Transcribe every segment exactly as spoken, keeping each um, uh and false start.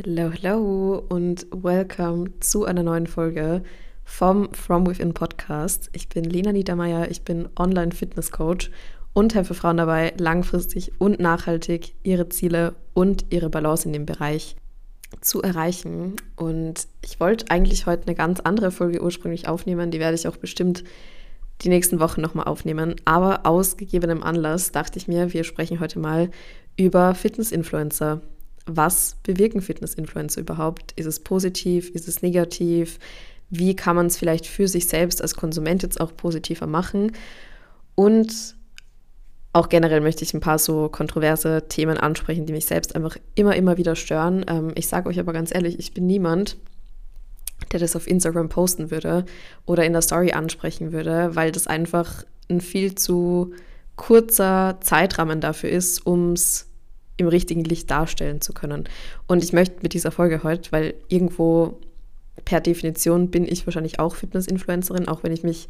Hello, hello und welcome zu einer neuen Folge vom From Within Podcast. Ich bin Lena Niedermeyer, ich bin Online-Fitness-Coach und helfe Frauen dabei, langfristig und nachhaltig ihre Ziele und ihre Balance in dem Bereich zu erreichen. Und ich wollte eigentlich heute eine ganz andere Folge ursprünglich aufnehmen, die werde ich auch bestimmt die nächsten Wochen nochmal aufnehmen. Aber aus gegebenem Anlass dachte ich mir, wir sprechen heute mal über Fitness-Influencer. Was bewirken Fitness-Influencer überhaupt? Ist es positiv? Ist es negativ? Wie kann man es vielleicht für sich selbst als Konsument jetzt auch positiver machen? Und auch generell möchte ich ein paar so kontroverse Themen ansprechen, die mich selbst einfach immer, immer wieder stören. Ähm, ich sage euch aber ganz ehrlich, ich bin niemand, der das auf Instagram posten würde oder in der Story ansprechen würde, weil das einfach ein viel zu kurzer Zeitrahmen dafür ist, um es im richtigen Licht darstellen zu können. Und ich möchte mit dieser Folge heute, weil irgendwo per Definition bin ich wahrscheinlich auch Fitness-Influencerin, auch wenn ich mich,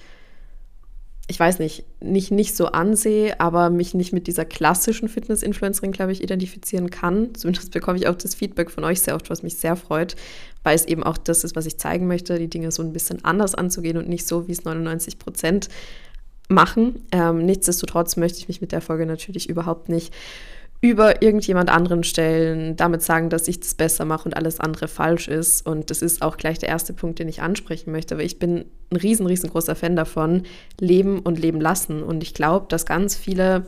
ich weiß nicht, nicht, nicht so ansehe, aber mich nicht mit dieser klassischen Fitness-Influencerin, glaube ich, identifizieren kann. Zumindest bekomme ich auch das Feedback von euch sehr oft, was mich sehr freut, weil es eben auch das ist, was ich zeigen möchte, die Dinge so ein bisschen anders anzugehen und nicht so, wie es neunundneunzig Prozent machen. Ähm, nichtsdestotrotz möchte ich mich mit der Folge natürlich überhaupt nicht über irgendjemand anderen stellen, damit sagen, dass ich das besser mache und alles andere falsch ist. Und das ist auch gleich der erste Punkt, den ich ansprechen möchte. Aber ich bin ein riesen, riesengroßer Fan davon, leben und leben lassen. Und ich glaube, dass ganz viele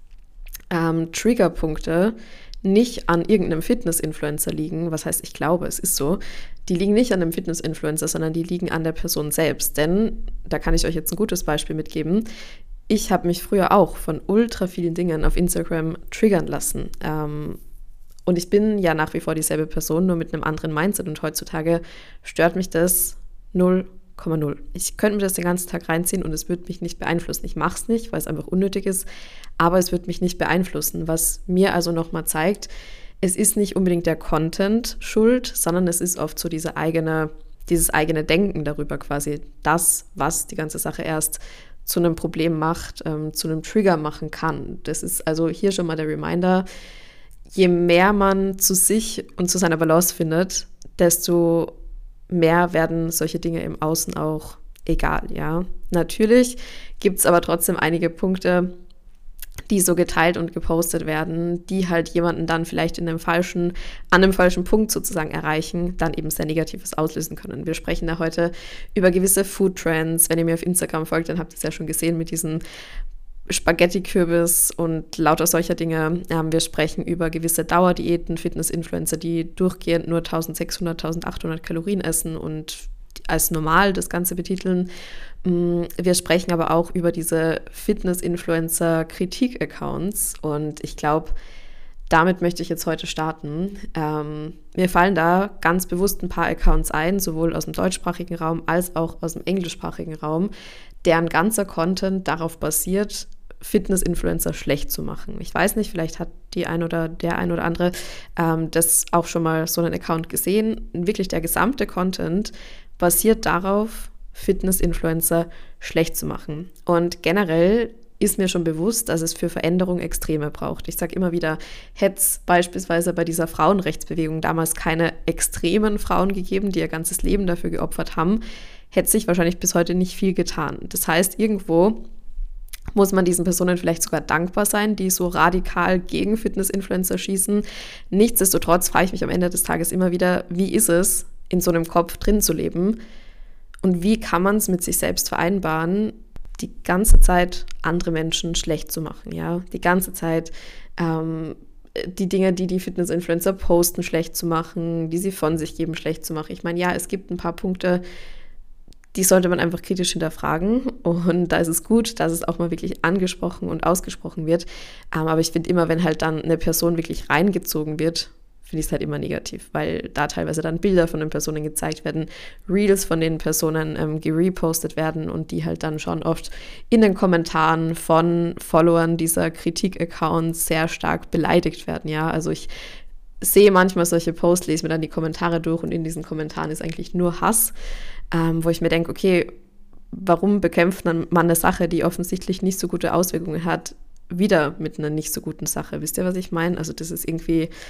ähm, Triggerpunkte nicht an irgendeinem Fitness-Influencer liegen. Was heißt, ich glaube, es ist so. Die liegen nicht an einem Fitness-Influencer, sondern die liegen an der Person selbst. Denn, da kann ich euch jetzt ein gutes Beispiel mitgeben, ich habe mich früher auch von ultra vielen Dingen auf Instagram triggern lassen. Ähm, und ich bin ja nach wie vor dieselbe Person, nur mit einem anderen Mindset. Und heutzutage stört mich das null Komma null. Ich könnte mir das den ganzen Tag reinziehen und es wird mich nicht beeinflussen. Ich mache es nicht, weil es einfach unnötig ist, aber es wird mich nicht beeinflussen. Was mir also nochmal zeigt, es ist nicht unbedingt der Content schuld, sondern es ist oft so diese eigene, dieses eigene Denken darüber quasi. Das, was die ganze Sache erst zu einem Problem macht, ähm, zu einem Trigger machen kann. Das ist also hier schon mal der Reminder, je mehr man zu sich und zu seiner Balance findet, desto mehr werden solche Dinge im Außen auch egal, ja. Natürlich gibt es aber trotzdem einige Punkte, die so geteilt und gepostet werden, die halt jemanden dann vielleicht in einem falschen, an einem falschen Punkt sozusagen erreichen, dann eben sehr Negatives auslösen können. Wir sprechen da heute über gewisse Food-Trends. Wenn ihr mir auf Instagram folgt, dann habt ihr es ja schon gesehen mit diesen Spaghetti-Kürbis und lauter solcher Dinge. Ähm, wir sprechen über gewisse Dauerdiäten, Fitness-Influencer, die durchgehend nur eintausendsechshundert, eintausendachthundert Kalorien essen und als normal das Ganze betiteln. Wir sprechen aber auch über diese Fitness-Influencer-Kritik-Accounts und ich glaube, damit möchte ich jetzt heute starten. Ähm, mir fallen da ganz bewusst ein paar Accounts ein, sowohl aus dem deutschsprachigen Raum als auch aus dem englischsprachigen Raum, deren ganzer Content darauf basiert, Fitness-Influencer schlecht zu machen. Ich weiß nicht, vielleicht hat die ein oder der ein oder andere ähm, das auch schon mal so einen Account gesehen. Wirklich der gesamte Content basiert darauf, Fitness-Influencer schlecht zu machen. Und generell ist mir schon bewusst, dass es für Veränderung Extreme braucht. Ich sage immer wieder, hätte es beispielsweise bei dieser Frauenrechtsbewegung damals keine extremen Frauen gegeben, die ihr ganzes Leben dafür geopfert haben, hätte sich wahrscheinlich bis heute nicht viel getan. Das heißt, irgendwo muss man diesen Personen vielleicht sogar dankbar sein, die so radikal gegen Fitness-Influencer schießen. Nichtsdestotrotz frage ich mich am Ende des Tages immer wieder, wie ist es, in so einem Kopf drin zu leben? Und wie kann man es mit sich selbst vereinbaren, die ganze Zeit andere Menschen schlecht zu machen, ja? Die ganze Zeit ähm, die Dinge, die die Fitness-Influencer posten, schlecht zu machen, die sie von sich geben, schlecht zu machen. Ich meine, ja, es gibt ein paar Punkte, die sollte man einfach kritisch hinterfragen. Und da ist es gut, dass es auch mal wirklich angesprochen und ausgesprochen wird. Ähm, aber ich finde immer, wenn halt dann eine Person wirklich reingezogen wird, finde ich es halt immer negativ, weil da teilweise dann Bilder von den Personen gezeigt werden, Reels von den Personen ähm, gerepostet werden und die halt dann schon oft in den Kommentaren von Followern dieser Kritik-Accounts sehr stark beleidigt werden, ja, also ich sehe manchmal solche Posts, lese mir dann die Kommentare durch und in diesen Kommentaren ist eigentlich nur Hass, ähm, wo ich mir denke, okay, warum bekämpft man eine Sache, die offensichtlich nicht so gute Auswirkungen hat, wieder mit einer nicht so guten Sache? Wisst ihr, was ich meine? Also das ist irgendwie,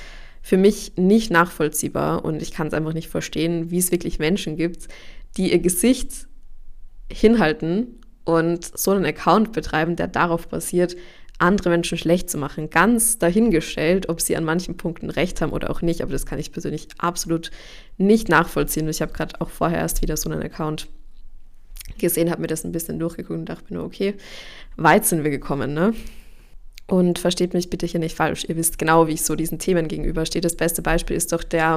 für mich nicht nachvollziehbar und ich kann es einfach nicht verstehen, wie es wirklich Menschen gibt, die ihr Gesicht hinhalten und so einen Account betreiben, der darauf basiert, andere Menschen schlecht zu machen. Ganz dahingestellt, ob sie an manchen Punkten recht haben oder auch nicht, aber das kann ich persönlich absolut nicht nachvollziehen. Ich habe gerade auch vorher erst wieder so einen Account gesehen, habe mir das ein bisschen durchgeguckt und dachte mir nur, okay, weit sind wir gekommen, ne? Und versteht mich bitte hier nicht falsch, ihr wisst genau, wie ich so diesen Themen gegenüberstehe. Das beste Beispiel ist doch der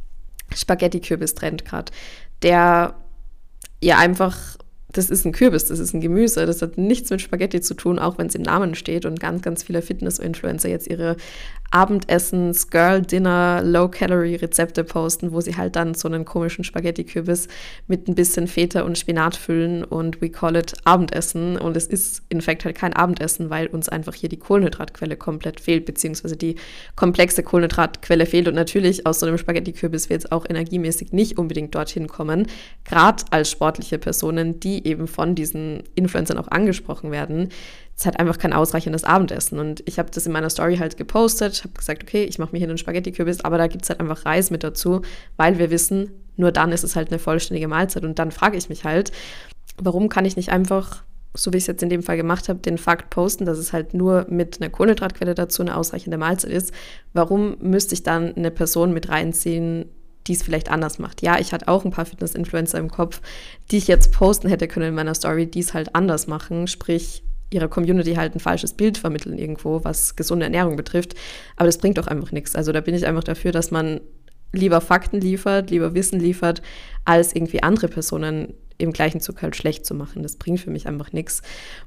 Spaghetti-Kürbis-Trend gerade, der ja einfach, das ist ein Kürbis, das ist ein Gemüse, das hat nichts mit Spaghetti zu tun, auch wenn es im Namen steht und ganz, ganz viele Fitness-Influencer jetzt ihre Abendessens, Girl-Dinner, Low-Calorie-Rezepte posten, wo sie halt dann so einen komischen Spaghetti-Kürbis mit ein bisschen Feta und Spinat füllen und we call it Abendessen und es ist in fact halt kein Abendessen, weil uns einfach hier die Kohlenhydratquelle komplett fehlt, beziehungsweise die komplexe Kohlenhydratquelle fehlt und natürlich aus so einem Spaghetti-Kürbis wird es auch energiemäßig nicht unbedingt dorthin kommen, gerade als sportliche Personen, die eben von diesen Influencern auch angesprochen werden. Es ist halt einfach kein ausreichendes Abendessen. Und ich habe das in meiner Story halt gepostet, habe gesagt, okay, ich mache mir hier einen Spaghetti-Kürbis, aber da gibt es halt einfach Reis mit dazu, weil wir wissen, nur dann ist es halt eine vollständige Mahlzeit. Und dann frage ich mich halt, warum kann ich nicht einfach, so wie ich es jetzt in dem Fall gemacht habe, den Fakt posten, dass es halt nur mit einer Kohlenhydratquelle dazu eine ausreichende Mahlzeit ist. Warum müsste ich dann eine Person mit reinziehen, die es vielleicht anders macht? Ja, ich hatte auch ein paar Fitness-Influencer im Kopf, die ich jetzt posten hätte können in meiner Story, die es halt anders machen, sprich ihrer Community halt ein falsches Bild vermitteln irgendwo, was gesunde Ernährung betrifft. Aber das bringt doch einfach nichts. Also da bin ich einfach dafür, dass man lieber Fakten liefert, lieber Wissen liefert, als irgendwie andere Personen im gleichen Zug halt schlecht zu machen. Das bringt für mich einfach nichts.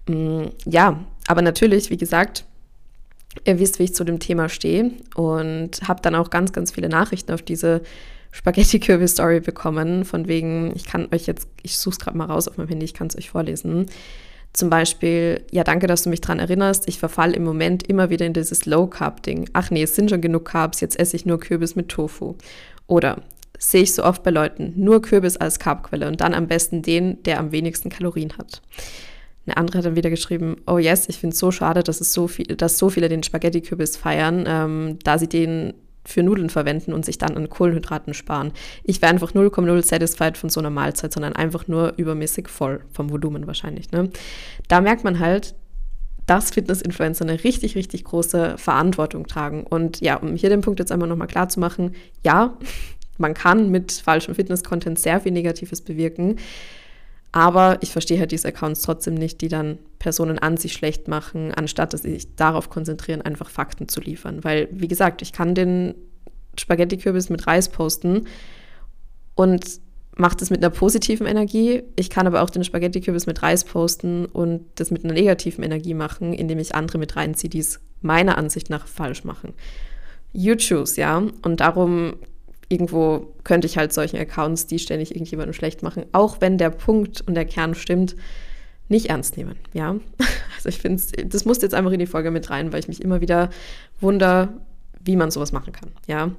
Ja, aber natürlich, wie gesagt, ihr wisst, wie ich zu dem Thema stehe und habe dann auch ganz, ganz viele Nachrichten auf diese Spaghetti-Kürbis-Story bekommen, von wegen, ich kann euch jetzt, ich suche es gerade mal raus auf meinem Handy, ich kann es euch vorlesen. Zum Beispiel, ja, danke, dass du mich dran erinnerst, ich verfalle im Moment immer wieder in dieses Low-Carb-Ding. Ach nee, es sind schon genug Carbs, jetzt esse ich nur Kürbis mit Tofu. Oder, sehe ich so oft bei Leuten, nur Kürbis als Carbquelle und dann am besten den, der am wenigsten Kalorien hat. Eine andere hat dann wieder geschrieben, oh yes, ich finde es so schade, dass, es so viel, dass so viele den Spaghetti-Kürbis feiern, ähm, da sie den für Nudeln verwenden und sich dann an Kohlenhydraten sparen. Ich wäre einfach null Komma null satisfied von so einer Mahlzeit, sondern einfach nur übermäßig voll, vom Volumen wahrscheinlich. Ne? Da merkt man halt, dass Fitness-Influencer eine richtig, richtig große Verantwortung tragen. Und ja, um hier den Punkt jetzt einmal nochmal klar zu machen, ja, man kann mit falschem Fitness-Content sehr viel Negatives bewirken, aber ich verstehe halt diese Accounts trotzdem nicht, die dann Personen an sich schlecht machen, anstatt dass sie sich darauf konzentrieren, einfach Fakten zu liefern. Weil, wie gesagt, ich kann den Spaghetti-Kürbis mit Reis posten und mache das mit einer positiven Energie. Ich kann aber auch den Spaghetti-Kürbis mit Reis posten und das mit einer negativen Energie machen, indem ich andere mit reinziehe, die es meiner Ansicht nach falsch machen. You choose, ja. Und darum irgendwo könnte ich halt solchen Accounts, die ständig irgendjemanden schlecht machen, auch wenn der Punkt und der Kern stimmt, nicht ernst nehmen, ja. Also ich finde, das muss jetzt einfach in die Folge mit rein, weil ich mich immer wieder wundere, wie man sowas machen kann, ja.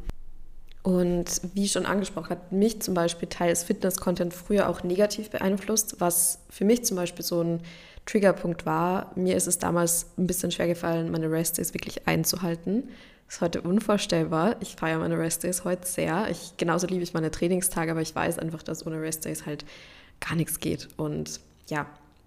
Und wie schon angesprochen, hat mich zum Beispiel teils Fitness-Content früher auch negativ beeinflusst, was für mich zum Beispiel so ein Triggerpunkt war. Mir ist es damals ein bisschen schwer gefallen, meine Rest-Days wirklich einzuhalten. Das ist heute unvorstellbar. Ich feiere meine Rest-Days heute sehr. Ich, genauso liebe ich meine Trainingstage, aber ich weiß einfach, dass ohne Rest-Days halt gar nichts geht. Und ja,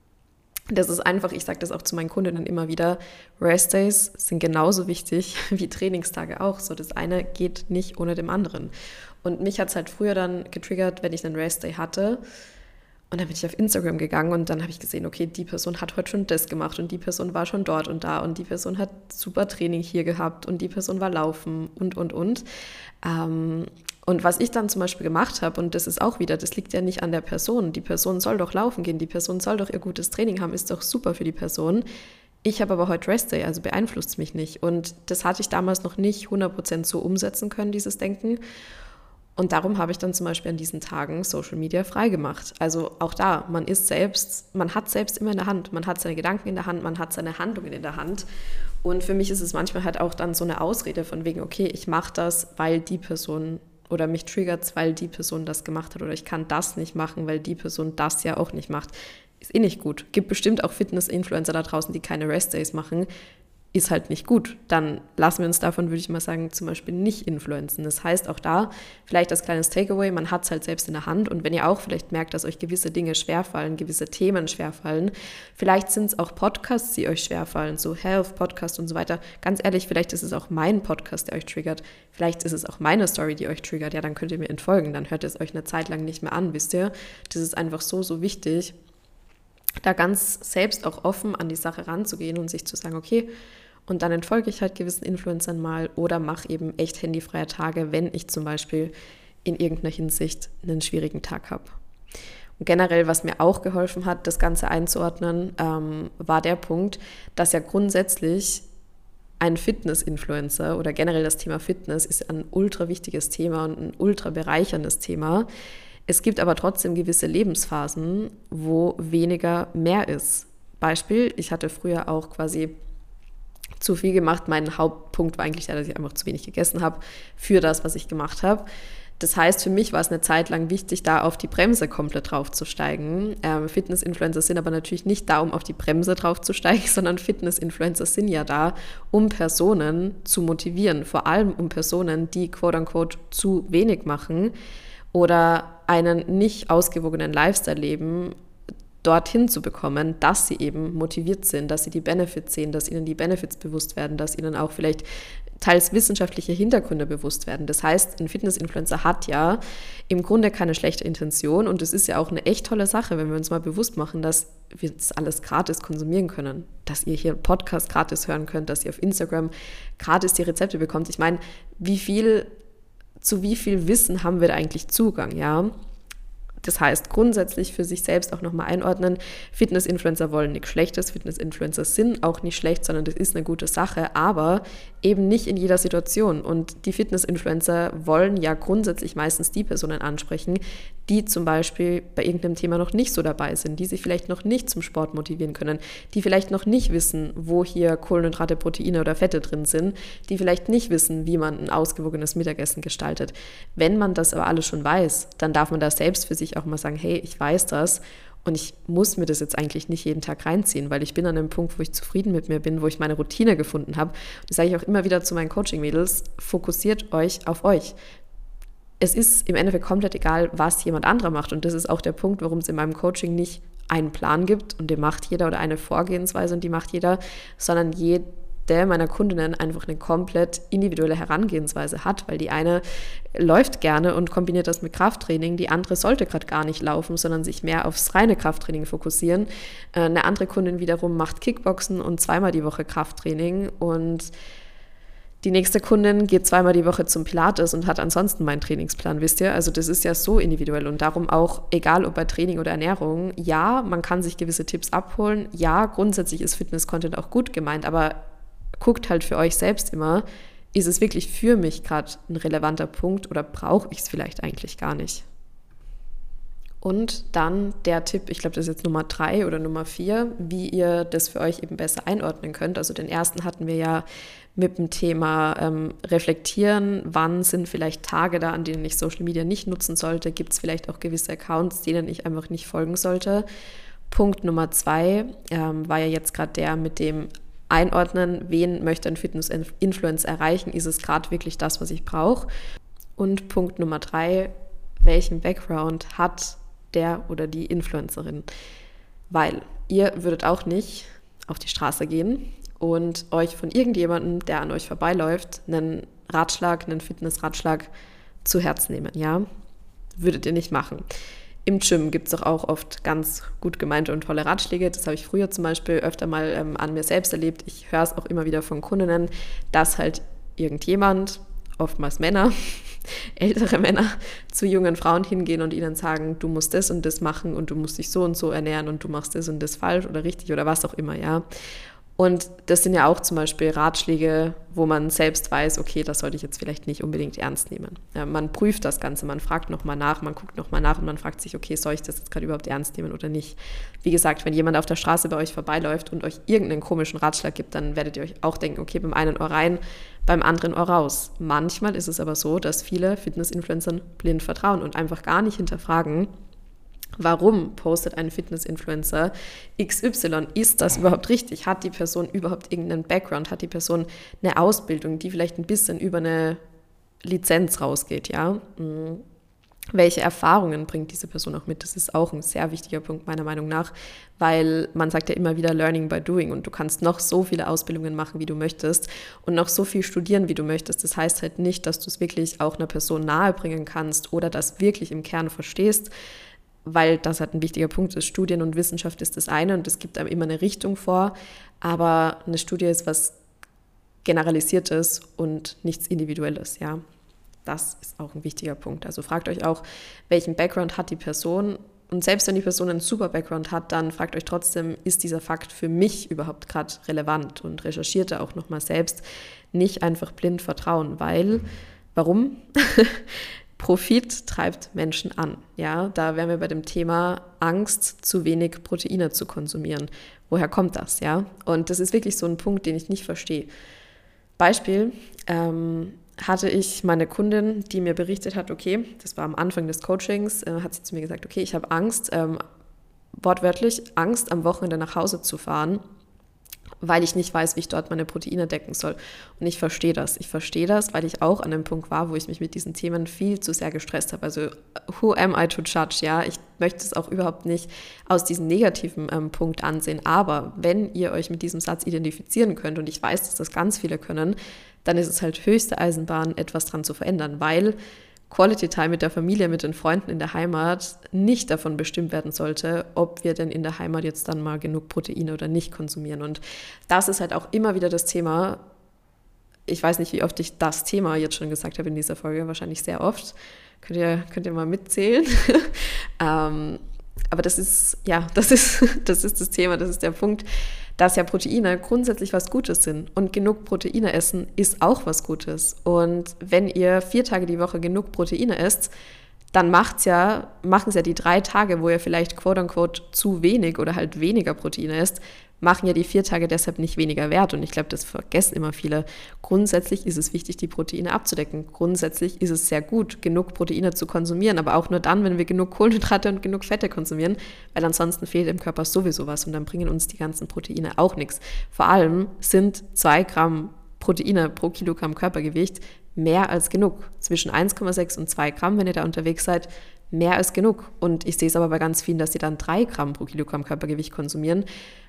das ist einfach, ich sage das auch zu meinen Kundinnen immer wieder, Rest-Days sind genauso wichtig wie Trainingstage auch. So, das eine geht nicht ohne dem anderen. Und mich hat es halt früher dann getriggert, wenn ich einen Rest-Day hatte. Und dann bin ich auf Instagram gegangen und dann habe ich gesehen, okay, die Person hat heute schon das gemacht und die Person war schon dort und da und die Person hat super Training hier gehabt und die Person war laufen und, und, und. Ähm, und was ich dann zum Beispiel gemacht habe, und das ist auch wieder, das liegt ja nicht an der Person. Die Person soll doch laufen gehen, die Person soll doch ihr gutes Training haben, ist doch super für die Person. Ich habe aber heute Rest-Day, also beeinflusst es mich nicht. Und das hatte ich damals noch nicht hundert Prozent so umsetzen können, dieses Denken. Und darum habe ich dann zum Beispiel an diesen Tagen Social Media freigemacht. Also auch da, man ist selbst, man hat selbst immer in der Hand, man hat seine Gedanken in der Hand, man hat seine Handlungen in der Hand. Und für mich ist es manchmal halt auch dann so eine Ausrede von wegen, okay, ich mache das, weil die Person oder mich triggert, weil die Person das gemacht hat oder ich kann das nicht machen, weil die Person das ja auch nicht macht. Ist eh nicht gut. Gibt bestimmt auch Fitness-Influencer da draußen, die keine Rest-Days machen. ist halt nicht gut. Dann lassen wir uns davon, würde ich mal sagen, zum Beispiel nicht influenzen. Das heißt auch da, vielleicht als kleines Takeaway, man hat es halt selbst in der Hand und wenn ihr auch vielleicht merkt, dass euch gewisse Dinge schwerfallen, gewisse Themen schwerfallen, vielleicht sind es auch Podcasts, die euch schwerfallen, so Health, Podcast und so weiter. Ganz ehrlich, vielleicht ist es auch mein Podcast, der euch triggert. Vielleicht ist es auch meine Story, die euch triggert. Ja, dann könnt ihr mir entfolgen, dann hört ihr es euch eine Zeit lang nicht mehr an, wisst ihr? Das ist einfach so, so wichtig, da ganz selbst auch offen an die Sache ranzugehen und sich zu sagen, okay, und dann entfolge ich halt gewissen Influencern mal oder mache eben echt handyfreie Tage, wenn ich zum Beispiel in irgendeiner Hinsicht einen schwierigen Tag habe. Und generell, was mir auch geholfen hat, das Ganze einzuordnen, ähm, war der Punkt, dass ja grundsätzlich ein Fitness-Influencer oder generell das Thema Fitness ist ein ultra wichtiges Thema und ein ultra bereicherndes Thema. Es gibt aber trotzdem gewisse Lebensphasen, wo weniger mehr ist. Beispiel, ich hatte früher auch quasi zu viel gemacht. Mein Hauptpunkt war eigentlich der, dass ich einfach zu wenig gegessen habe für das, was ich gemacht habe. Das heißt, für mich war es eine Zeit lang wichtig, da auf die Bremse komplett draufzusteigen. Ähm, Fitness-Influencer sind aber natürlich nicht da, um auf die Bremse draufzusteigen, sondern Fitness-Influencer sind ja da, um Personen zu motivieren. Vor allem um Personen, die quote-unquote zu wenig machen oder einen nicht ausgewogenen Lifestyle leben, dorthin zu bekommen, dass sie eben motiviert sind, dass sie die Benefits sehen, dass ihnen die Benefits bewusst werden, dass ihnen auch vielleicht teils wissenschaftliche Hintergründe bewusst werden. Das heißt, ein Fitness-Influencer hat ja im Grunde keine schlechte Intention und es ist ja auch eine echt tolle Sache, wenn wir uns mal bewusst machen, dass wir das alles gratis konsumieren können, dass ihr hier einen Podcast gratis hören könnt, dass ihr auf Instagram gratis die Rezepte bekommt. Ich meine, wie viel, zu wie viel Wissen haben wir da eigentlich Zugang, ja? Das heißt, grundsätzlich für sich selbst auch nochmal einordnen, Fitness-Influencer wollen nichts Schlechtes, Fitness-Influencer sind auch nicht schlecht, sondern das ist eine gute Sache, aber eben nicht in jeder Situation. Und die Fitness-Influencer wollen ja grundsätzlich meistens die Personen ansprechen, die zum Beispiel bei irgendeinem Thema noch nicht so dabei sind, die sich vielleicht noch nicht zum Sport motivieren können, die vielleicht noch nicht wissen, wo hier Kohlenhydrate, Proteine oder Fette drin sind, die vielleicht nicht wissen, wie man ein ausgewogenes Mittagessen gestaltet. Wenn man das aber alles schon weiß, dann darf man da selbst für sich auch mal sagen, hey, ich weiß das und ich muss mir das jetzt eigentlich nicht jeden Tag reinziehen, weil ich bin an einem Punkt, wo ich zufrieden mit mir bin, wo ich meine Routine gefunden habe. Das sage ich auch immer wieder zu meinen Coaching-Mädels, fokussiert euch auf euch. Es ist im Endeffekt komplett egal, was jemand anderer macht und das ist auch der Punkt, warum es in meinem Coaching nicht einen Plan gibt und den macht jeder oder eine Vorgehensweise und die macht jeder, sondern jede meiner Kundinnen einfach eine komplett individuelle Herangehensweise hat, weil die eine läuft gerne und kombiniert das mit Krafttraining, die andere sollte gerade gar nicht laufen, sondern sich mehr aufs reine Krafttraining fokussieren. Eine andere Kundin wiederum macht Kickboxen und zweimal die Woche Krafttraining und die nächste Kundin geht zweimal die Woche zum Pilates und hat ansonsten meinen Trainingsplan, wisst ihr? Also das ist ja so individuell und darum auch, egal ob bei Training oder Ernährung, ja, man kann sich gewisse Tipps abholen, ja, grundsätzlich ist Fitness-Content auch gut gemeint, aber guckt halt für euch selbst immer, ist es wirklich für mich gerade ein relevanter Punkt oder brauche ich es vielleicht eigentlich gar nicht? Und dann der Tipp, ich glaube, das ist jetzt Nummer drei oder Nummer vier, wie ihr das für euch eben besser einordnen könnt. Also den ersten hatten wir ja mit dem Thema ähm, reflektieren, wann sind vielleicht Tage da, an denen ich Social Media nicht nutzen sollte, gibt es vielleicht auch gewisse Accounts, denen ich einfach nicht folgen sollte. Punkt Nummer zwei ähm, war ja jetzt gerade der mit dem Einordnen, wen möchte ein Fitness-Influencer erreichen, ist es gerade wirklich das, was ich brauche? Und Punkt Nummer drei, welchen Background hat der oder die Influencerin? Weil ihr würdet auch nicht auf die Straße gehen und euch von irgendjemandem, der an euch vorbeiläuft, einen Ratschlag, einen Fitness-Ratschlag zu Herzen nehmen, ja? Würdet ihr nicht machen. Im Gym gibt es doch auch oft ganz gut gemeinte und tolle Ratschläge. Das habe ich früher zum Beispiel öfter mal ähm, an mir selbst erlebt. Ich höre es auch immer wieder von Kundinnen, dass halt irgendjemand, oftmals Männer, ältere Männer, zu jungen Frauen hingehen und ihnen sagen, du musst das und das machen und du musst dich so und so ernähren und du machst das und das falsch oder richtig oder was auch immer, ja. Und das sind ja auch zum Beispiel Ratschläge, wo man selbst weiß, okay, das sollte ich jetzt vielleicht nicht unbedingt ernst nehmen. Ja, man prüft das Ganze, man fragt nochmal nach, man guckt nochmal nach und man fragt sich, okay, soll ich das jetzt gerade überhaupt ernst nehmen oder nicht? Wie gesagt, wenn jemand auf der Straße bei euch vorbeiläuft und euch irgendeinen komischen Ratschlag gibt, dann werdet ihr euch auch denken, okay, beim einen Ohr rein, beim anderen Ohr raus. Manchmal ist es aber so, dass viele Fitness-Influencern blind vertrauen und einfach gar nicht hinterfragen, Warum postet ein Fitness-Influencer X Y? Ist das überhaupt richtig? Hat die Person überhaupt irgendeinen Background? Hat die Person eine Ausbildung, die vielleicht ein bisschen über eine Lizenz rausgeht? Ja? Mhm. Welche Erfahrungen bringt diese Person auch mit? Das ist auch ein sehr wichtiger Punkt meiner Meinung nach, weil man sagt ja immer wieder Learning by Doing und du kannst noch so viele Ausbildungen machen, wie du möchtest und noch so viel studieren, wie du möchtest. Das heißt halt nicht, dass du es wirklich auch einer Person nahebringen kannst oder das wirklich im Kern verstehst, weil das halt ein wichtiger Punkt ist. Studien und Wissenschaft ist das eine und es gibt einem immer eine Richtung vor, aber eine Studie ist was Generalisiertes und nichts Individuelles, ja. Das ist auch ein wichtiger Punkt. Also fragt euch auch, welchen Background hat die Person? Und selbst wenn die Person einen super Background hat, dann fragt euch trotzdem, ist dieser Fakt für mich überhaupt gerade relevant? Und recherchiert da auch nochmal selbst. Nicht einfach blind vertrauen, weil, warum? Profit treibt Menschen an. Ja, da wären wir bei dem Thema Angst, zu wenig Proteine zu konsumieren. Woher kommt das? Ja? Und das ist wirklich so ein Punkt, den ich nicht verstehe. Beispiel, ähm, hatte ich meine Kundin, die mir berichtet hat, okay, das war am Anfang des Coachings, äh, hat sie zu mir gesagt, okay, ich habe Angst, ähm, wortwörtlich Angst, am Wochenende nach Hause zu fahren, weil ich nicht weiß, wie ich dort meine Proteine decken soll. Und ich verstehe das. Ich verstehe das, weil ich auch an einem Punkt war, wo ich mich mit diesen Themen viel zu sehr gestresst habe. Also, who am I to judge? Ja, ich möchte es auch überhaupt nicht aus diesem negativen ähm, Punkt ansehen. Aber wenn ihr euch mit diesem Satz identifizieren könnt, und ich weiß, dass das ganz viele können, dann ist es halt höchste Eisenbahn, etwas dran zu verändern, weil Quality Time mit der Familie, mit den Freunden in der Heimat nicht davon bestimmt werden sollte, ob wir denn in der Heimat jetzt dann mal genug Proteine oder nicht konsumieren. Und das ist halt auch immer wieder das Thema. Ich weiß nicht, wie oft ich das Thema jetzt schon gesagt habe in dieser Folge, wahrscheinlich sehr oft. Könnt ihr, könnt ihr mal mitzählen. ähm, aber das ist, ja, das ist, das ist das Thema, das ist der Punkt, dass ja Proteine grundsätzlich was Gutes sind. Und genug Proteine essen ist auch was Gutes. Und wenn ihr vier Tage die Woche genug Proteine esst, dann macht's ja, machen es ja die drei Tage, wo ihr vielleicht quote-unquote zu wenig oder halt weniger Proteine esst, machen ja die vier Tage deshalb nicht weniger wert. Und ich glaube, das vergessen immer viele. Grundsätzlich ist es wichtig, die Proteine abzudecken. Grundsätzlich ist es sehr gut, genug Proteine zu konsumieren, aber auch nur dann, wenn wir genug Kohlenhydrate und genug Fette konsumieren, weil ansonsten fehlt im Körper sowieso was und dann bringen uns die ganzen Proteine auch nichts. Vor allem sind zwei Gramm Proteine pro Kilogramm Körpergewicht mehr als genug. Zwischen eins Komma sechs und zwei Gramm, wenn ihr da unterwegs seid, mehr als genug. Und ich sehe es aber bei ganz vielen, dass sie dann drei Gramm pro Kilogramm Körpergewicht konsumieren.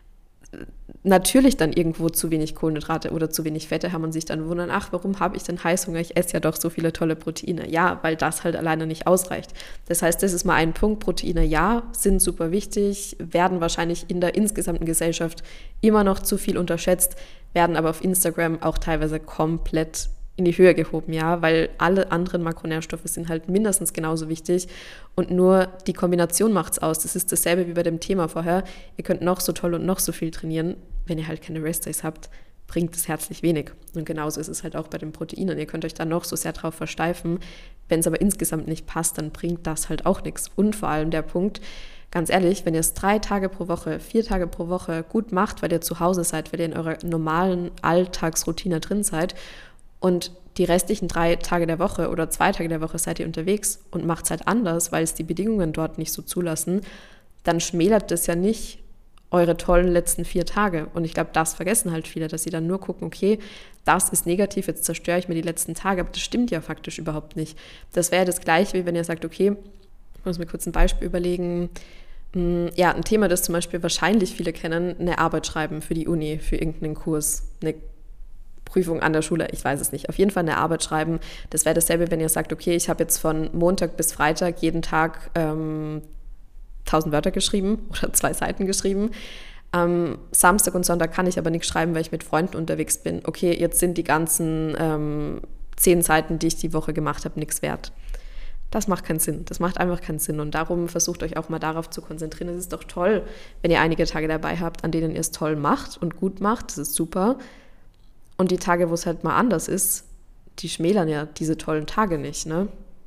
Natürlich dann irgendwo zu wenig Kohlenhydrate oder zu wenig Fette haben und sich dann wundern, ach, warum habe ich denn Heißhunger? Ich esse ja doch so viele tolle Proteine. Ja, weil das halt alleine nicht ausreicht. Das heißt, das ist mal ein Punkt. Proteine, ja, sind super wichtig, werden wahrscheinlich in der insgesamten Gesellschaft immer noch zu viel unterschätzt, werden aber auf Instagram auch teilweise komplett in die Höhe gehoben, ja, weil alle anderen Makronährstoffe sind halt mindestens genauso wichtig und nur die Kombination macht's aus. Das ist dasselbe wie bei dem Thema vorher. Ihr könnt noch so toll und noch so viel trainieren, wenn ihr halt keine Rest-Days habt, bringt es herzlich wenig. Und genauso ist es halt auch bei den Proteinen. Ihr könnt euch da noch so sehr drauf versteifen, wenn es aber insgesamt nicht passt, dann bringt das halt auch nichts. Und vor allem der Punkt, ganz ehrlich, wenn ihr es drei Tage pro Woche, vier Tage pro Woche gut macht, weil ihr zu Hause seid, weil ihr in eurer normalen Alltagsroutine drin seid, und die restlichen drei Tage der Woche oder zwei Tage der Woche seid ihr unterwegs und macht es halt anders, weil es die Bedingungen dort nicht so zulassen, dann schmälert das ja nicht eure tollen letzten vier Tage. Und ich glaube, das vergessen halt viele, dass sie dann nur gucken, okay, das ist negativ, jetzt zerstöre ich mir die letzten Tage. Aber das stimmt ja faktisch überhaupt nicht. Das wäre ja das Gleiche, wie wenn ihr sagt, okay, ich muss mir kurz ein Beispiel überlegen. Ja, ein Thema, das zum Beispiel wahrscheinlich viele kennen, eine Arbeit schreiben für die Uni, für irgendeinen Kurs, eine Prüfung an der Schule, ich weiß es nicht. Auf jeden Fall eine Arbeit schreiben. Das wäre dasselbe, wenn ihr sagt, okay, ich habe jetzt von Montag bis Freitag jeden Tag ähm, tausend Wörter geschrieben oder zwei Seiten geschrieben. Am Samstag und Sonntag kann ich aber nichts schreiben, weil ich mit Freunden unterwegs bin. Okay, jetzt sind die ganzen ähm, zehn Seiten, die ich die Woche gemacht habe, nichts wert. Das macht keinen Sinn. Das macht einfach keinen Sinn. Und darum versucht euch auch mal darauf zu konzentrieren. Es ist doch toll, wenn ihr einige Tage dabei habt, an denen ihr es toll macht und gut macht. Das ist super. Und die Tage, wo es halt mal anders ist, die schmälern ja diese tollen Tage nicht, ne?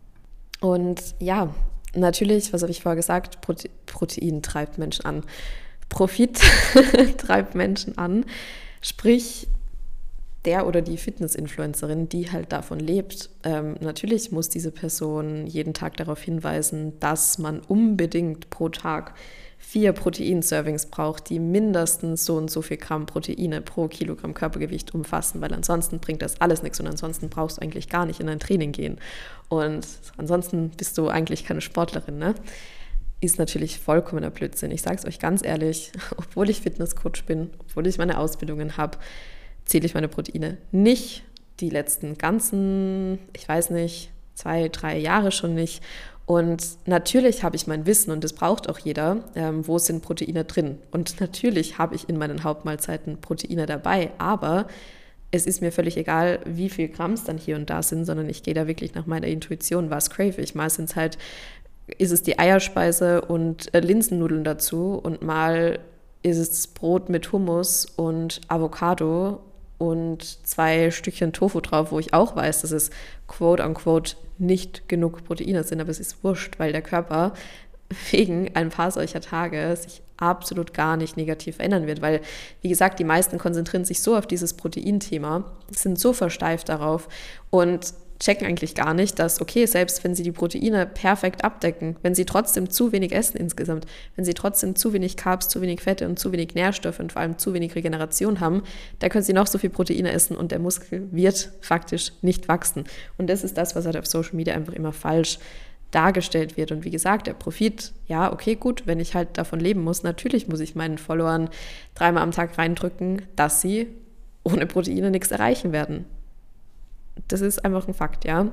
Und ja, natürlich, was habe ich vorher gesagt, Prote- Protein treibt Menschen an. Profit treibt Menschen an. Sprich, der oder die Fitness-Influencerin, die halt davon lebt, ähm, natürlich muss diese Person jeden Tag darauf hinweisen, dass man unbedingt pro Tag vier Protein-Servings braucht, die mindestens so und so viel Gramm Proteine pro Kilogramm Körpergewicht umfassen, weil ansonsten bringt das alles nichts und ansonsten brauchst du eigentlich gar nicht in ein Training gehen. Und ansonsten bist du eigentlich keine Sportlerin, ne? Ist natürlich vollkommener Blödsinn. Ich sage es euch ganz ehrlich, obwohl ich Fitnesscoach bin, obwohl ich meine Ausbildungen habe, zähle ich meine Proteine nicht. Die letzten ganzen, ich weiß nicht, zwei, drei Jahre schon nicht. Und natürlich habe ich mein Wissen und das braucht auch jeder, ähm, wo sind Proteine drin. Und natürlich habe ich in meinen Hauptmahlzeiten Proteine dabei, aber es ist mir völlig egal, wie viel Gramm es dann hier und da sind, sondern ich gehe da wirklich nach meiner Intuition, was crave ich. Mal sind es halt, ist es die Eierspeise und äh, Linsennudeln dazu und mal ist es Brot mit Hummus und Avocado und zwei Stückchen Tofu drauf, wo ich auch weiß, dass es quote-unquote nicht genug Proteine sind, aber es ist wurscht, weil der Körper wegen ein paar solcher Tage sich absolut gar nicht negativ verändern wird, weil, wie gesagt, die meisten konzentrieren sich so auf dieses Proteinthema, sind so versteift darauf und checken eigentlich gar nicht, dass, okay, selbst wenn sie die Proteine perfekt abdecken, wenn sie trotzdem zu wenig essen insgesamt, wenn sie trotzdem zu wenig Carbs, zu wenig Fette und zu wenig Nährstoffe und vor allem zu wenig Regeneration haben, da können sie noch so viel Proteine essen und der Muskel wird faktisch nicht wachsen. Und das ist das, was halt auf Social Media einfach immer falsch dargestellt wird. Und wie gesagt, der Profit, ja, okay, gut, wenn ich halt davon leben muss, natürlich muss ich meinen Followern dreimal am Tag reindrücken, dass sie ohne Proteine nichts erreichen werden. Das ist einfach ein Fakt, ja.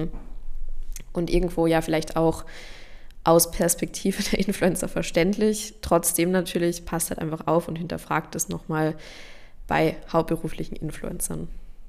Und irgendwo ja vielleicht auch aus Perspektive der Influencer verständlich. Trotzdem natürlich passt halt einfach auf und hinterfragt es nochmal bei hauptberuflichen Influencern.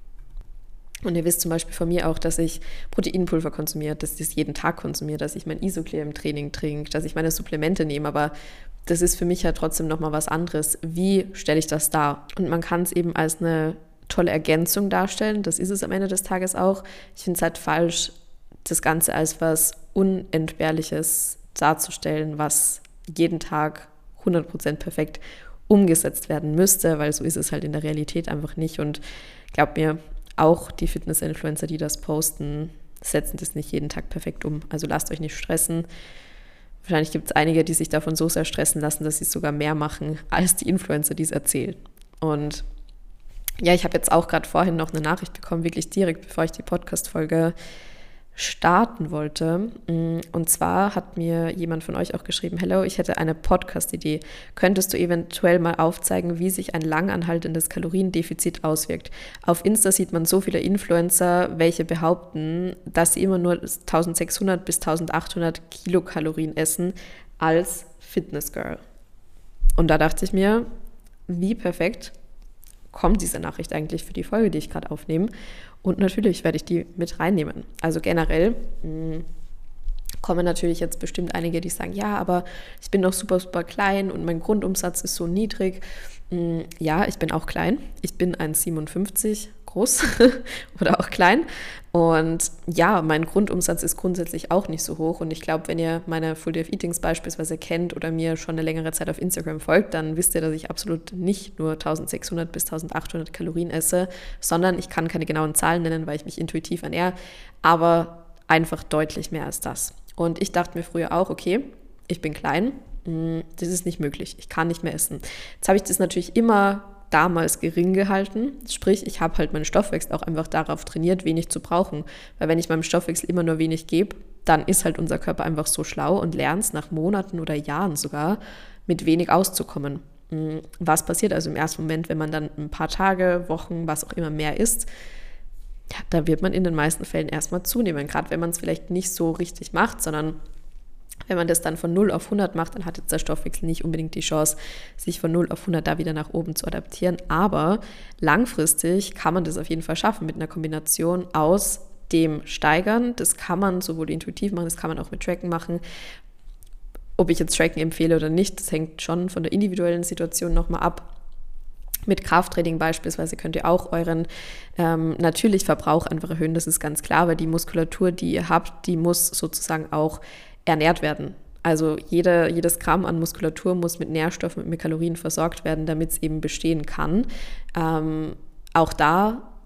Und ihr wisst zum Beispiel von mir auch, dass ich Proteinpulver konsumiere, dass ich das jeden Tag konsumiere, dass ich mein Isoclear im Training trinke, dass ich meine Supplemente nehme, aber das ist für mich ja trotzdem nochmal was anderes. Wie stelle ich das dar? Und man kann es eben als eine tolle Ergänzung darstellen, das ist es am Ende des Tages auch. Ich finde es halt falsch, das Ganze als was Unentbehrliches darzustellen, was jeden Tag hundert Prozent perfekt umgesetzt werden müsste, weil so ist es halt in der Realität einfach nicht. Und glaubt mir, auch die Fitness-Influencer, die das posten, setzen das nicht jeden Tag perfekt um. Also lasst euch nicht stressen. Wahrscheinlich gibt es einige, die sich davon so sehr stressen lassen, dass sie es sogar mehr machen, als die Influencer, die es erzählen. Und ja, ich habe jetzt auch gerade vorhin noch eine Nachricht bekommen, wirklich direkt, bevor ich die Podcast-Folge starten wollte. Und zwar hat mir jemand von euch auch geschrieben, hello, ich hätte eine Podcast-Idee. Könntest du eventuell mal aufzeigen, wie sich ein langanhaltendes Kaloriendefizit auswirkt? Auf Insta sieht man so viele Influencer, welche behaupten, dass sie immer nur eintausendsechshundert bis eintausendachthundert Kilokalorien essen als Fitnessgirl. Und da dachte ich mir, wie perfekt kommt diese Nachricht eigentlich für die Folge, die ich gerade aufnehme. Und natürlich werde ich die mit reinnehmen. Also generell mh, kommen natürlich jetzt bestimmt einige, die sagen, ja, aber ich bin noch super, super klein und mein Grundumsatz ist so niedrig. Mh, ja, ich bin auch klein. Ich bin eins Komma siebenundfünfzig groß oder auch klein. Und ja, mein Grundumsatz ist grundsätzlich auch nicht so hoch. Und ich glaube, wenn ihr meine Full Day of Eatings beispielsweise kennt oder mir schon eine längere Zeit auf Instagram folgt, dann wisst ihr, dass ich absolut nicht nur eintausendsechshundert bis eintausendachthundert Kalorien esse, sondern ich kann keine genauen Zahlen nennen, weil ich mich intuitiv ernähre, aber einfach deutlich mehr als das. Und ich dachte mir früher auch, okay, ich bin klein, das ist nicht möglich, ich kann nicht mehr essen. Jetzt habe ich das natürlich immer damals gering gehalten, sprich, ich habe halt meinen Stoffwechsel auch einfach darauf trainiert, wenig zu brauchen, weil wenn ich meinem Stoffwechsel immer nur wenig gebe, dann ist halt unser Körper einfach so schlau und lernt es nach Monaten oder Jahren sogar, mit wenig auszukommen. Was passiert also im ersten Moment, wenn man dann ein paar Tage, Wochen, was auch immer mehr isst? Ja, da wird man in den meisten Fällen erstmal zunehmen, gerade wenn man es vielleicht nicht so richtig macht, sondern wenn man das dann von null auf hundert macht, dann hat jetzt der Stoffwechsel nicht unbedingt die Chance, sich von null auf hundert da wieder nach oben zu adaptieren. Aber langfristig kann man das auf jeden Fall schaffen mit einer Kombination aus dem Steigern. Das kann man sowohl intuitiv machen, das kann man auch mit Tracken machen. Ob ich jetzt Tracken empfehle oder nicht, das hängt schon von der individuellen Situation nochmal ab. Mit Krafttraining beispielsweise könnt ihr auch euren ähm, natürlich Verbrauch einfach erhöhen, das ist ganz klar, weil die Muskulatur, die ihr habt, die muss sozusagen auch ernährt werden. Also jede, jedes Gramm an Muskulatur muss mit Nährstoffen und mit Kalorien versorgt werden, damit es eben bestehen kann. Ähm, auch da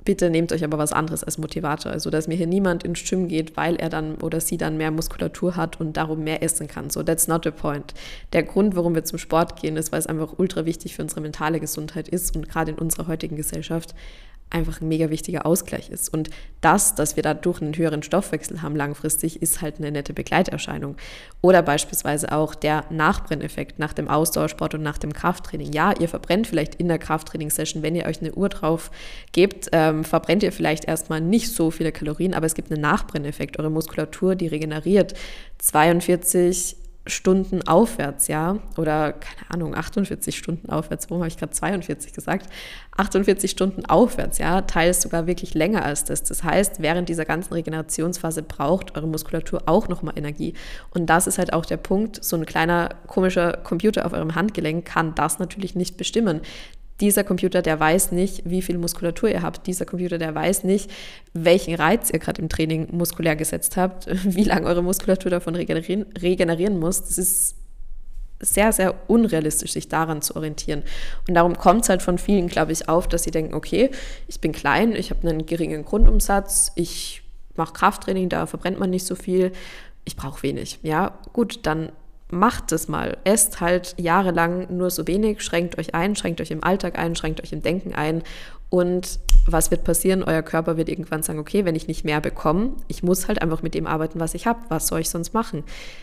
Bitte nehmt euch aber was anderes als Motivator. Also, dass mir hier niemand ins Gym geht, weil er dann oder sie dann mehr Muskulatur hat und darum mehr essen kann. So, that's not the point. Der Grund, warum wir zum Sport gehen, ist, weil es einfach ultra wichtig für unsere mentale Gesundheit ist und gerade in unserer heutigen Gesellschaft einfach ein mega wichtiger Ausgleich ist. Und das, dass wir dadurch einen höheren Stoffwechsel haben langfristig, ist halt eine nette Begleiterscheinung. Oder beispielsweise auch der Nachbrenneffekt nach dem Ausdauersport und nach dem Krafttraining. Ja, ihr verbrennt vielleicht in der Krafttrainingssession, wenn ihr euch eine Uhr drauf gebt, ähm, verbrennt ihr vielleicht erstmal nicht so viele Kalorien, aber es gibt einen Nachbrenneffekt. Eure Muskulatur, die regeneriert zweiundvierzig Stunden aufwärts, ja, oder keine Ahnung, achtundvierzig Stunden aufwärts, warum habe ich gerade zweiundvierzig gesagt? achtundvierzig Stunden aufwärts, ja, teils sogar wirklich länger als das. Das heißt, während dieser ganzen Regenerationsphase braucht eure Muskulatur auch nochmal Energie. Und das ist halt auch der Punkt, so ein kleiner komischer Computer auf eurem Handgelenk kann das natürlich nicht bestimmen. Dieser Computer, der weiß nicht, wie viel Muskulatur ihr habt. Dieser Computer, der weiß nicht, welchen Reiz ihr gerade im Training muskulär gesetzt habt, wie lange eure Muskulatur davon regenerieren, regenerieren muss. Das ist sehr, sehr unrealistisch, sich daran zu orientieren. Und darum kommt es halt von vielen, glaube ich, auf, dass sie denken, okay, ich bin klein, ich habe einen geringen Grundumsatz, ich mache Krafttraining, da verbrennt man nicht so viel, ich brauche wenig. Ja, gut, dann macht es mal. Esst halt jahrelang nur so wenig, schränkt euch ein, schränkt euch im Alltag ein, schränkt euch im Denken ein. Und was wird passieren? Euer Körper wird irgendwann sagen, okay, wenn ich nicht mehr bekomme, ich muss halt einfach mit dem arbeiten, was ich habe. Was soll ich sonst machen?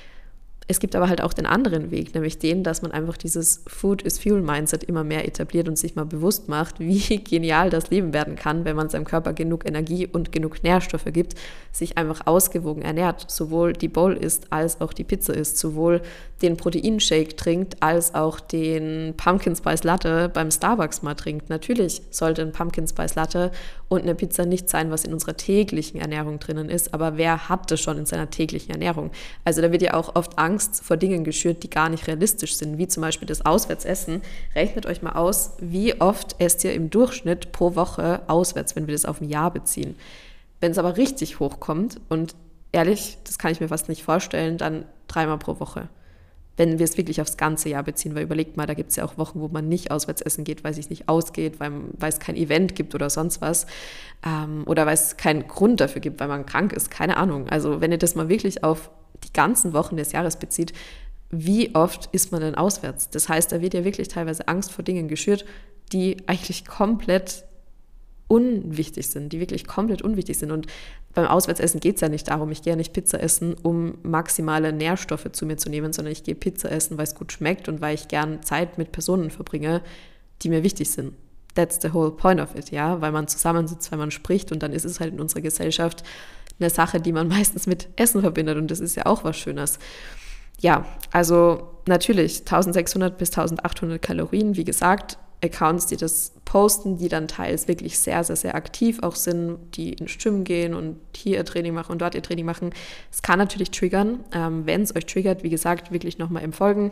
Es gibt aber halt auch den anderen Weg, nämlich den, dass man einfach dieses Food is Fuel Mindset immer mehr etabliert und sich mal bewusst macht, wie genial das Leben werden kann, wenn man seinem Körper genug Energie und genug Nährstoffe gibt, sich einfach ausgewogen ernährt, sowohl die Bowl isst, als auch die Pizza isst, sowohl den Proteinshake trinkt, als auch den Pumpkin Spice Latte beim Starbucks mal trinkt. Natürlich sollte ein Pumpkin Spice Latte und eine Pizza nicht sein, was in unserer täglichen Ernährung drinnen ist, aber wer hat das schon in seiner täglichen Ernährung? Also da wird ja auch oft Angst vor Dingen geschürt, die gar nicht realistisch sind, wie zum Beispiel das Auswärtsessen. Rechnet euch mal aus, wie oft esst ihr im Durchschnitt pro Woche auswärts, wenn wir das auf ein Jahr beziehen. Wenn es aber richtig hochkommt, und ehrlich, das kann ich mir fast nicht vorstellen, dann dreimal pro Woche. Wenn wir es wirklich aufs ganze Jahr beziehen, weil überlegt mal, da gibt es ja auch Wochen, wo man nicht auswärts essen geht, weil es sich nicht ausgeht, weil, weil es kein Event gibt oder sonst was, ähm, oder weil es keinen Grund dafür gibt, weil man krank ist, keine Ahnung. Also wenn ihr das mal wirklich auf die ganzen Wochen des Jahres bezieht, wie oft isst man denn auswärts? Das heißt, da wird ja wirklich teilweise Angst vor Dingen geschürt, die eigentlich komplett unwichtig sind, die wirklich komplett unwichtig sind. Und beim Auswärtsessen geht es ja nicht darum, ich gehe ja nicht Pizza essen, um maximale Nährstoffe zu mir zu nehmen, sondern ich gehe Pizza essen, weil es gut schmeckt und weil ich gern Zeit mit Personen verbringe, die mir wichtig sind. That's the whole point of it, ja, weil man zusammensitzt, weil man spricht, und dann ist es halt in unserer Gesellschaft eine Sache, die man meistens mit Essen verbindet, und das ist ja auch was Schönes. Ja, also natürlich eintausendsechshundert bis eintausendachthundert Kalorien, wie gesagt, Accounts, die das posten, die dann teils wirklich sehr, sehr, sehr aktiv auch sind, die ins Gym gehen und hier ihr Training machen und dort ihr Training machen. Es kann natürlich triggern. Ähm, wenn es euch triggert, wie gesagt, wirklich nochmal im Folgen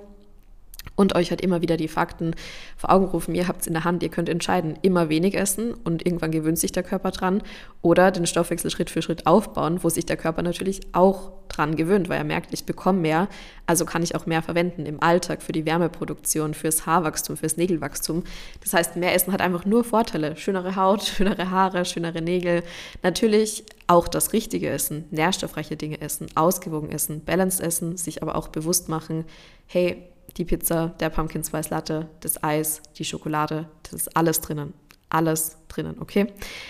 und euch halt immer wieder die Fakten vor Augen rufen. Ihr habt es in der Hand, ihr könnt entscheiden, immer wenig essen und irgendwann gewöhnt sich der Körper dran, oder den Stoffwechsel Schritt für Schritt aufbauen, wo sich der Körper natürlich auch dran gewöhnt, weil er merkt, ich bekomme mehr, also kann ich auch mehr verwenden im Alltag für die Wärmeproduktion, fürs Haarwachstum, fürs Nägelwachstum. Das heißt, mehr Essen hat einfach nur Vorteile. Schönere Haut, schönere Haare, schönere Nägel. Natürlich auch das richtige Essen, nährstoffreiche Dinge essen, ausgewogen essen, balanced essen, sich aber auch bewusst machen, hey, die Pizza, der Pumpkin Spice Latte, das Eis, die Schokolade, das ist alles drinnen. Alles drinnen, okay?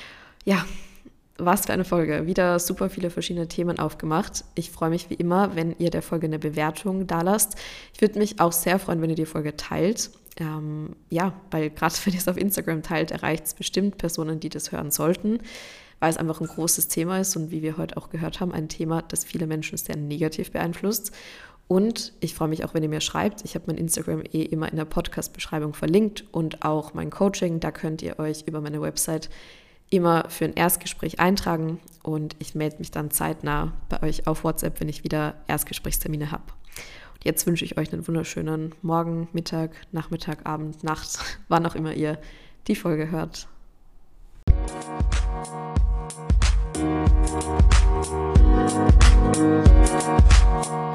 Ja, was für eine Folge. Wieder super viele verschiedene Themen aufgemacht. Ich freue mich wie immer, wenn ihr der Folge eine Bewertung dalasst. Ich würde mich auch sehr freuen, wenn ihr die Folge teilt. Ähm, ja, weil gerade wenn ihr es auf Instagram teilt, erreicht es bestimmt Personen, die das hören sollten, weil es einfach ein großes Thema ist und wie wir heute auch gehört haben, ein Thema, das viele Menschen sehr negativ beeinflusst. Und ich freue mich auch, wenn ihr mir schreibt. Ich habe mein Instagram eh immer in der Podcast-Beschreibung verlinkt und auch mein Coaching. Da könnt ihr euch über meine Website immer für ein Erstgespräch eintragen und ich melde mich dann zeitnah bei euch auf WhatsApp, wenn ich wieder Erstgesprächstermine habe. Und jetzt wünsche ich euch einen wunderschönen Morgen, Mittag, Nachmittag, Abend, Nacht, wann auch immer ihr die Folge hört. Thank you.